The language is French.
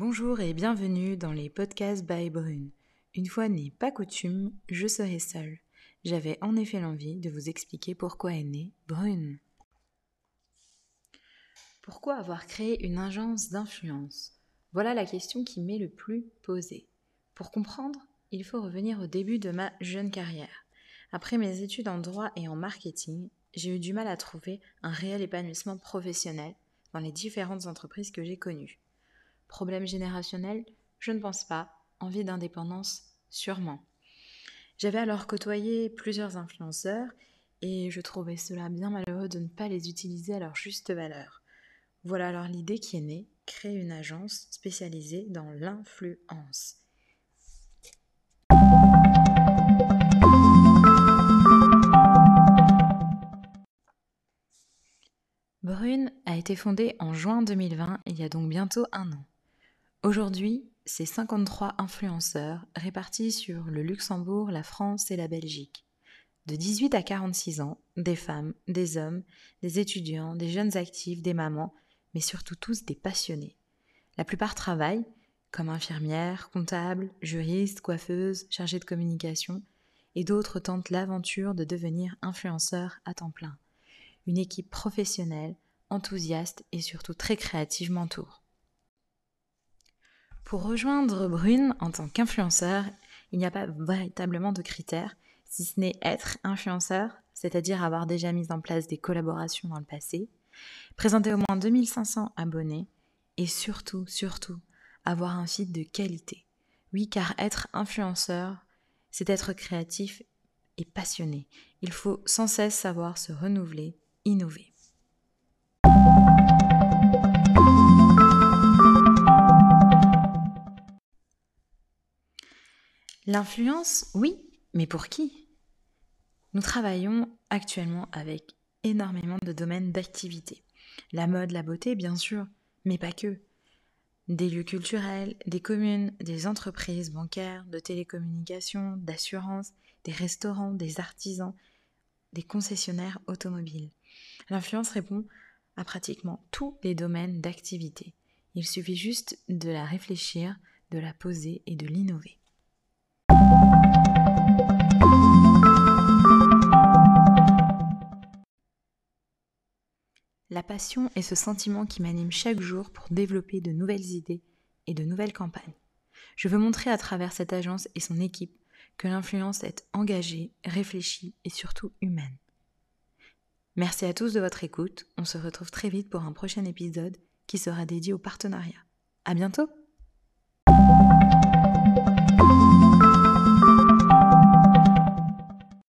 Bonjour et bienvenue dans les podcasts by Brune. Une fois n'est pas coutume, je serai seule. J'avais en effet l'envie de vous expliquer pourquoi est née Brune. Pourquoi avoir créé une agence d'influence ? Voilà la question qui m'est le plus posée. Pour comprendre, il faut revenir au début de ma jeune carrière. Après mes études en droit et en marketing, j'ai eu du mal à trouver un réel épanouissement professionnel dans les différentes entreprises que j'ai connues. Problème générationnel ? Je ne pense pas. Envie d'indépendance ? Sûrement. J'avais alors côtoyé plusieurs influenceurs et je trouvais cela bien malheureux de ne pas les utiliser à leur juste valeur. Voilà alors l'idée qui est née, créer une agence spécialisée dans l'influence. Brune a été fondée en juin 2020, il y a donc bientôt 1 an. Aujourd'hui, c'est 53 influenceurs répartis sur le Luxembourg, la France et la Belgique. De 18 à 46 ans, des femmes, des hommes, des étudiants, des jeunes actifs, des mamans, mais surtout tous des passionnés. La plupart travaillent comme infirmières, comptables, juristes, coiffeuses, chargées de communication, et d'autres tentent l'aventure de devenir influenceurs à temps plein. Une équipe professionnelle, enthousiaste et surtout très créative m'entoure. Pour rejoindre Brune en tant qu'influenceur, il n'y a pas véritablement de critères, si ce n'est être influenceur, c'est-à-dire avoir déjà mis en place des collaborations dans le passé, présenter au moins 2500 abonnés et surtout, avoir un feed de qualité. Oui, car être influenceur, c'est être créatif et passionné. Il faut sans cesse savoir se renouveler, innover. L'influence, oui, mais pour qui ? Nous travaillons actuellement avec énormément de domaines d'activité. La mode, la beauté, bien sûr, mais pas que. Des lieux culturels, des communes, des entreprises bancaires, de télécommunications, d'assurance, des restaurants, des artisans, des concessionnaires automobiles. L'influence répond à pratiquement tous les domaines d'activité. Il suffit juste de la réfléchir, de la poser et de l'innover. La passion est ce sentiment qui m'anime chaque jour pour développer de nouvelles idées et de nouvelles campagnes. Je veux montrer à travers cette agence et son équipe que l'influence est engagée, réfléchie et surtout humaine. Merci à tous de votre écoute. On se retrouve très vite pour un prochain épisode qui sera dédié au partenariat. À bientôt!